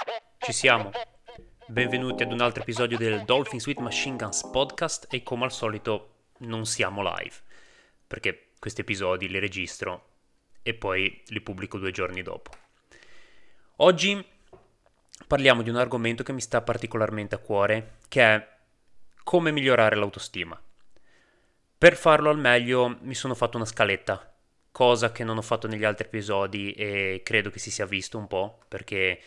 Ci siamo. Benvenuti ad un altro episodio del Dolphins with Machine Guns podcast e come al solito non siamo live, perché questi episodi li registro e poi li pubblico 2 giorni dopo. Oggi parliamo di un argomento che mi sta particolarmente a cuore, che è come migliorare l'autostima. Per farlo al meglio mi sono fatto una scaletta, cosa che non ho fatto negli altri episodi e credo che si sia visto un po', perché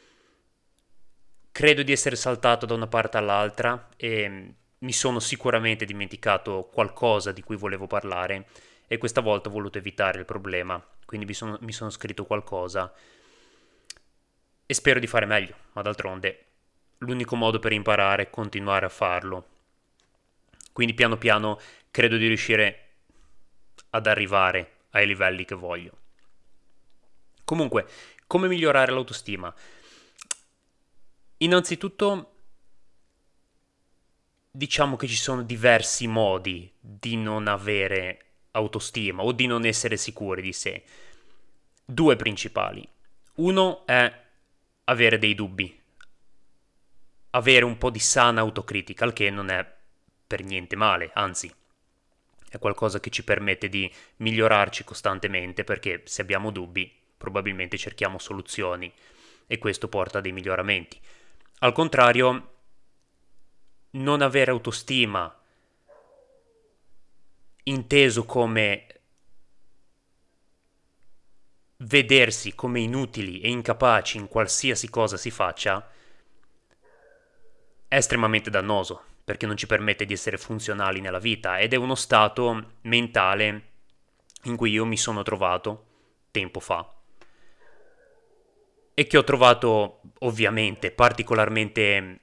credo di essere saltato da una parte all'altra e mi sono sicuramente dimenticato qualcosa di cui volevo parlare e questa volta ho voluto evitare il problema, quindi mi sono scritto qualcosa e spero di fare meglio, ma d'altronde l'unico modo per imparare è continuare a farlo. Quindi piano piano credo di riuscire ad arrivare ai livelli che voglio. Comunque, come migliorare l'autostima? Innanzitutto, diciamo che ci sono diversi modi di non avere autostima o di non essere sicuri di sé. Due principali. Uno è avere dei dubbi, avere un po' di sana autocritica, il che non è per niente male, anzi, è qualcosa che ci permette di migliorarci costantemente perché se abbiamo dubbi probabilmente cerchiamo soluzioni e questo porta a dei miglioramenti. Al contrario, non avere autostima, inteso come vedersi come inutili e incapaci in qualsiasi cosa si faccia, è estremamente dannoso, perché non ci permette di essere funzionali nella vita ed è uno stato mentale in cui io mi sono trovato tempo fa e che ho trovato ovviamente particolarmente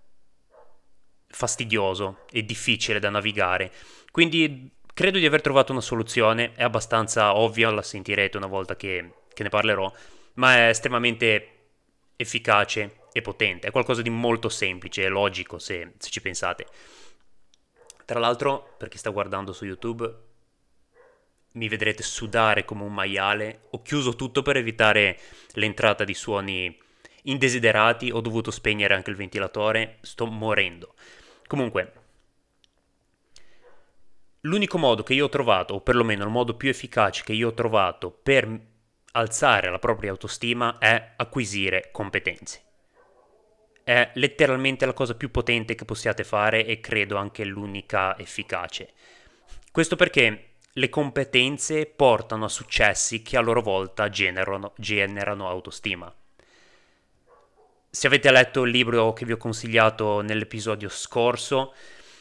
fastidioso e difficile da navigare. Quindi credo di aver trovato una soluzione, è abbastanza ovvia, la sentirete una volta che ne parlerò, ma è estremamente efficace e potente, è qualcosa di molto semplice e logico se ci pensate. Tra l'altro, per chi sta guardando su YouTube, mi vedrete sudare come un maiale, ho chiuso tutto per evitare l'entrata di suoni indesiderati, ho dovuto spegnere anche il ventilatore, sto morendo. Comunque, l'unico modo che io ho trovato, o perlomeno il modo più efficace che io ho trovato per alzare la propria autostima è acquisire competenze. È letteralmente la cosa più potente che possiate fare e credo anche l'unica efficace. Questo perché le competenze portano a successi che a loro volta generano autostima. Se avete letto il libro che vi ho consigliato nell'episodio scorso,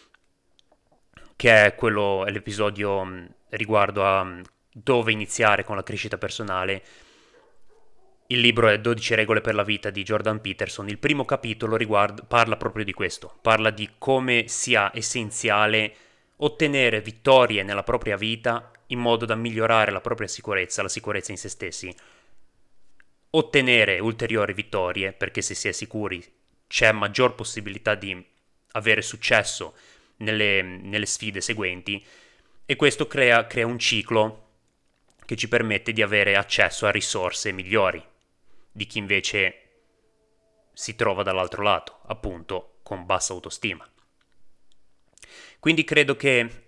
che è l'episodio riguardo a dove iniziare con la crescita personale, il libro è 12 regole per la vita di Jordan Peterson. Il primo capitolo parla proprio di questo, parla di come sia essenziale ottenere vittorie nella propria vita in modo da migliorare la propria sicurezza, la sicurezza in se stessi, ottenere ulteriori vittorie, perché se si è sicuri c'è maggior possibilità di avere successo nelle sfide seguenti, e questo crea un ciclo che ci permette di avere accesso a risorse migliori di chi invece si trova dall'altro lato, appunto con bassa autostima. Quindi credo che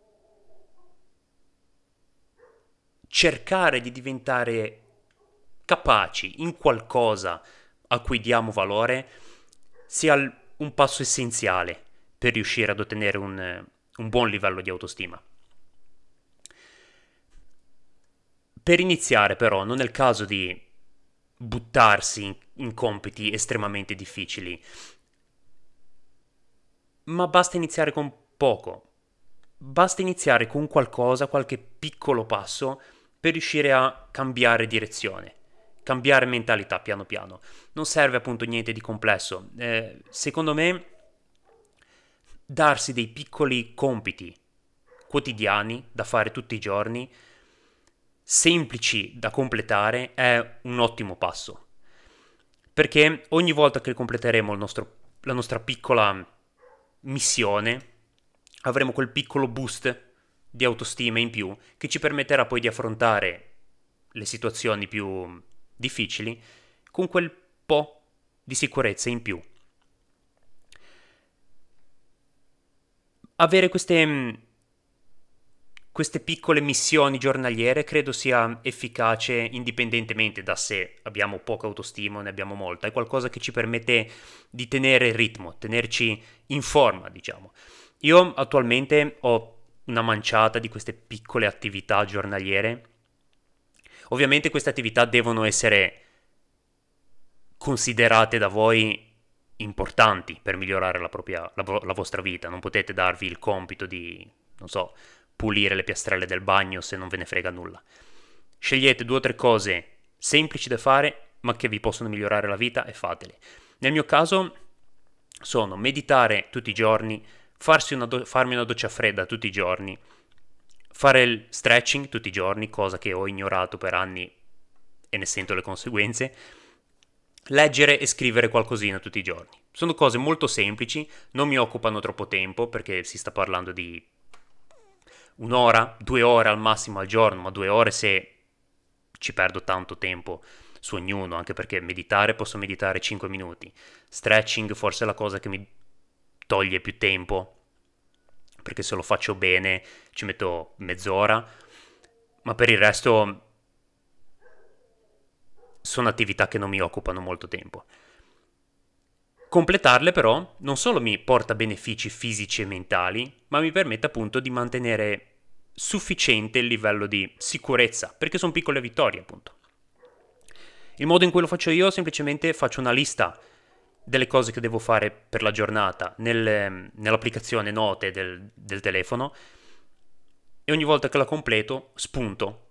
cercare di diventare capaci in qualcosa a cui diamo valore sia un passo essenziale per riuscire ad ottenere un buon livello di autostima. Per iniziare però non è il caso di buttarsi in compiti estremamente difficili, ma basta iniziare con poco. Basta iniziare con qualcosa, qualche piccolo passo per riuscire a cambiare direzione, cambiare mentalità piano piano. Non serve appunto niente di complesso. Secondo me, darsi dei piccoli compiti quotidiani da fare tutti i giorni, semplici da completare, è un ottimo passo. Perché ogni volta che completeremo la nostra piccola missione, avremo quel piccolo boost di autostima in più che ci permetterà poi di affrontare le situazioni più difficili con quel po' di sicurezza in più. Avere queste piccole missioni giornaliere credo sia efficace indipendentemente da se abbiamo poca autostima o ne abbiamo molta. È qualcosa che ci permette di tenere il ritmo, tenerci in forma, diciamo. Io attualmente ho una manciata di queste piccole attività giornaliere. Ovviamente queste attività devono essere considerate da voi importanti per migliorare la vostra vita. Non potete darvi il compito di, non so, pulire le piastrelle del bagno se non ve ne frega nulla. Scegliete 2 o 3 cose semplici da fare, ma che vi possono migliorare la vita e fatele. Nel mio caso sono meditare tutti i giorni, farmi una doccia fredda tutti i giorni, fare il stretching tutti i giorni, cosa che ho ignorato per anni e ne sento le conseguenze, leggere e scrivere qualcosina tutti i giorni. Sono cose molto semplici, non mi occupano troppo tempo perché si sta parlando di 1 ora, 2 ore al massimo al giorno, ma 2 ore se ci perdo tanto tempo su ognuno, anche perché meditare posso meditare 5 minuti. Stretching forse è la cosa che mi toglie più tempo, perché se lo faccio bene ci metto mezz'ora, ma per il resto sono attività che non mi occupano molto tempo. Completarle però non solo mi porta benefici fisici e mentali, ma mi permette appunto di mantenere sufficiente il livello di sicurezza, perché sono piccole vittorie appunto. Il modo in cui lo faccio io semplicemente faccio una lista delle cose che devo fare per la giornata nell'applicazione note del telefono e ogni volta che la completo spunto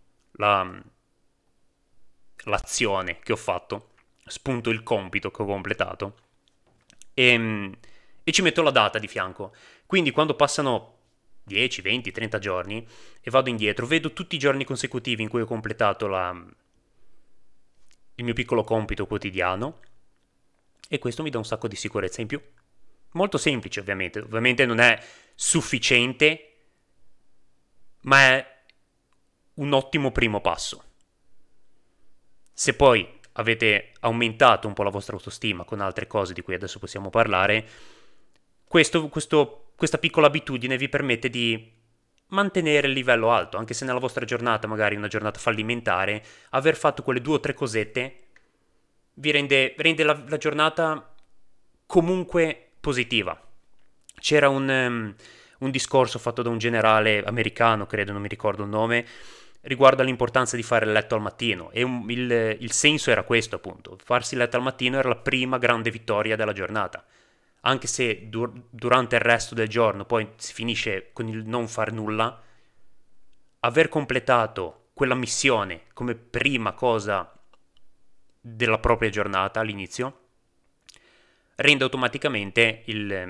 l'azione che ho fatto, spunto il compito che ho completato e ci metto la data di fianco. Quindi quando passano 10, 20, 30 giorni e vado indietro, vedo tutti i giorni consecutivi in cui ho completato il mio piccolo compito quotidiano e questo mi dà un sacco di sicurezza in più. Molto semplice ovviamente non è sufficiente, ma è un ottimo primo passo. Se poi avete aumentato un po' la vostra autostima con altre cose di cui adesso possiamo parlare, questa piccola abitudine vi permette di mantenere il livello alto, anche se nella vostra giornata, magari una giornata fallimentare, aver fatto quelle 2 o 3 cosette vi rende la giornata comunque positiva. C'era un discorso fatto da un generale americano, credo, non mi ricordo il nome, riguardo all'importanza di fare il letto al mattino e il senso era questo appunto, farsi il letto al mattino era la prima grande vittoria della giornata, anche se durante il resto del giorno poi si finisce con il non far nulla, aver completato quella missione come prima cosa della propria giornata all'inizio rende automaticamente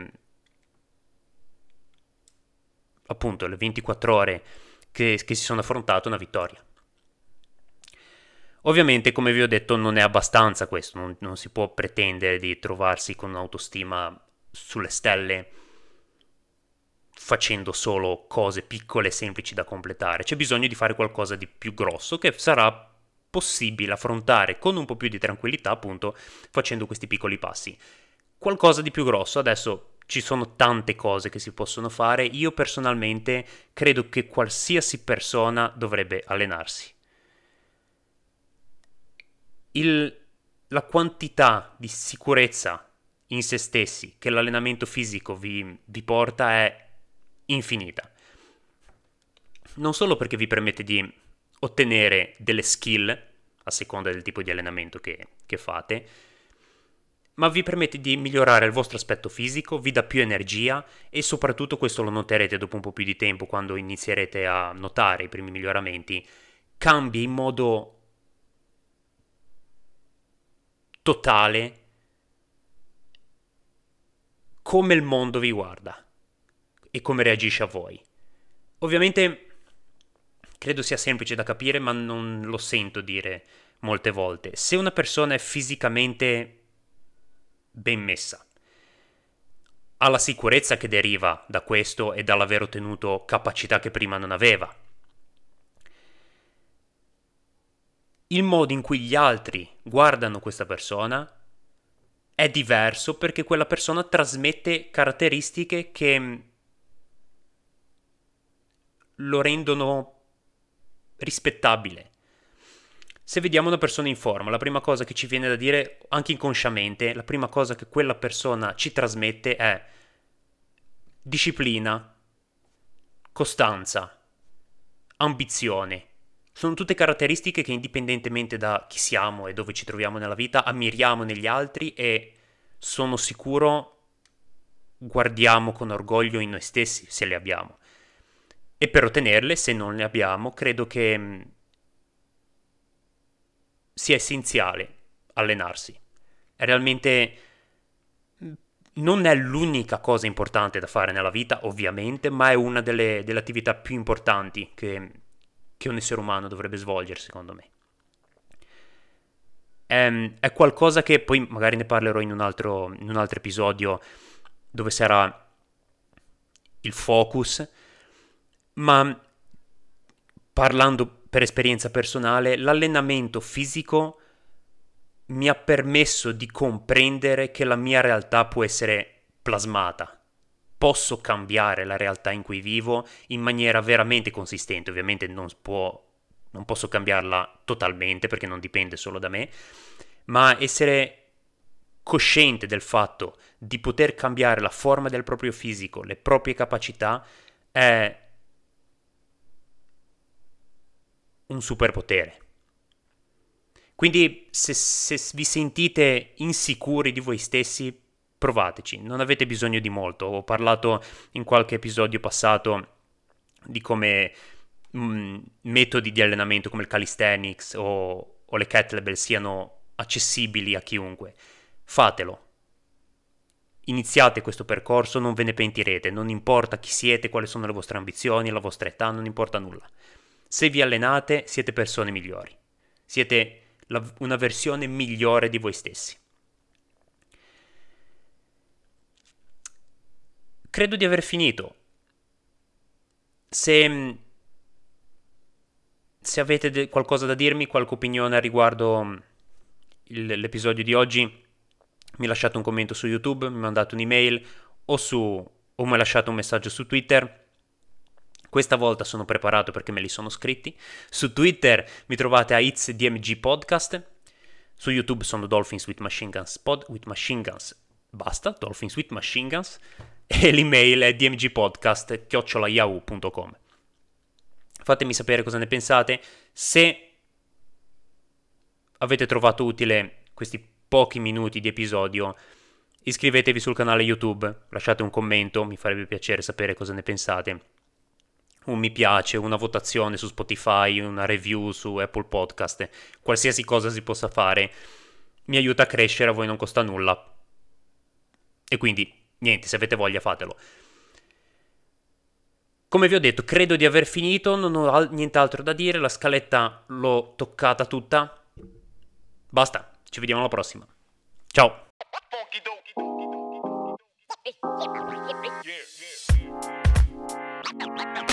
appunto le 24 ore che si sono affrontate una vittoria. Ovviamente, come vi ho detto, non è abbastanza questo, non si può pretendere di trovarsi con un'autostima sulle stelle facendo solo cose piccole e semplici da completare. C'è bisogno di fare qualcosa di più grosso che sarà possibile affrontare con un po' più di tranquillità, appunto, facendo questi piccoli passi. Qualcosa di più grosso, adesso ci sono tante cose che si possono fare, io personalmente credo che qualsiasi persona dovrebbe allenarsi. La quantità di sicurezza in se stessi che l'allenamento fisico vi porta è infinita. Non solo perché vi permette di ottenere delle skill a seconda del tipo di allenamento che fate, ma vi permette di migliorare il vostro aspetto fisico, vi dà più energia e soprattutto questo lo noterete dopo un po' più di tempo quando inizierete a notare i primi miglioramenti, cambia in modo totale come il mondo vi guarda e come reagisce a voi. Ovviamente credo sia semplice da capire, ma non lo sento dire molte volte. Se una persona è fisicamente ben messa, ha la sicurezza che deriva da questo e dall'aver ottenuto capacità che prima non aveva. Il modo in cui gli altri guardano questa persona è diverso perché quella persona trasmette caratteristiche che lo rendono rispettabile. Se vediamo una persona in forma, la prima cosa che ci viene da dire, anche inconsciamente, la prima cosa che quella persona ci trasmette è disciplina, costanza, ambizione. Sono tutte caratteristiche che, indipendentemente da chi siamo e dove ci troviamo nella vita, ammiriamo negli altri e sono sicuro guardiamo con orgoglio in noi stessi se le abbiamo. E per ottenerle, se non le abbiamo, credo che sia essenziale allenarsi. È realmente non è l'unica cosa importante da fare nella vita, ovviamente, ma è una delle attività più importanti che un essere umano dovrebbe svolgere, secondo me. È qualcosa che poi magari ne parlerò in un altro episodio dove sarà il focus, ma parlando per esperienza personale, l'allenamento fisico mi ha permesso di comprendere che la mia realtà può essere plasmata. Posso cambiare la realtà in cui vivo in maniera veramente consistente. Ovviamente non posso cambiarla totalmente perché non dipende solo da me, ma essere cosciente del fatto di poter cambiare la forma del proprio fisico, le proprie capacità, è un superpotere. Quindi se vi sentite insicuri di voi stessi, provateci, non avete bisogno di molto. Ho parlato in qualche episodio passato di come metodi di allenamento come il calisthenics o le kettlebell siano accessibili a chiunque. Fatelo. Iniziate questo percorso, non ve ne pentirete, non importa chi siete, quali sono le vostre ambizioni, la vostra età, non importa nulla. Se vi allenate, siete persone migliori. Siete una versione migliore di voi stessi. Credo di aver finito. Se avete qualcosa da dirmi, qualche opinione a riguardo l'episodio di oggi, mi lasciate un commento su YouTube, mi mandate un'email o mi lasciate un messaggio su Twitter. Questa volta sono preparato perché me li sono scritti. Su Twitter mi trovate a ItsDMG Podcast. Su YouTube sono Dolphins with Machine Guns basta, Dolphins with Machine Guns. E l'email è dmgpodcast@yahoo.com. Fatemi sapere cosa ne pensate. Se avete trovato utile questi pochi minuti di episodio, iscrivetevi sul canale YouTube, lasciate un commento, mi farebbe piacere sapere cosa ne pensate. Un mi piace, una votazione su Spotify, una review su Apple Podcast, qualsiasi cosa si possa fare mi aiuta a crescere, a voi non costa nulla. E quindi, niente, se avete voglia fatelo. Come vi ho detto, credo di aver finito, non ho nient'altro da dire, la scaletta l'ho toccata tutta. Basta, ci vediamo alla prossima. Ciao! Yeah.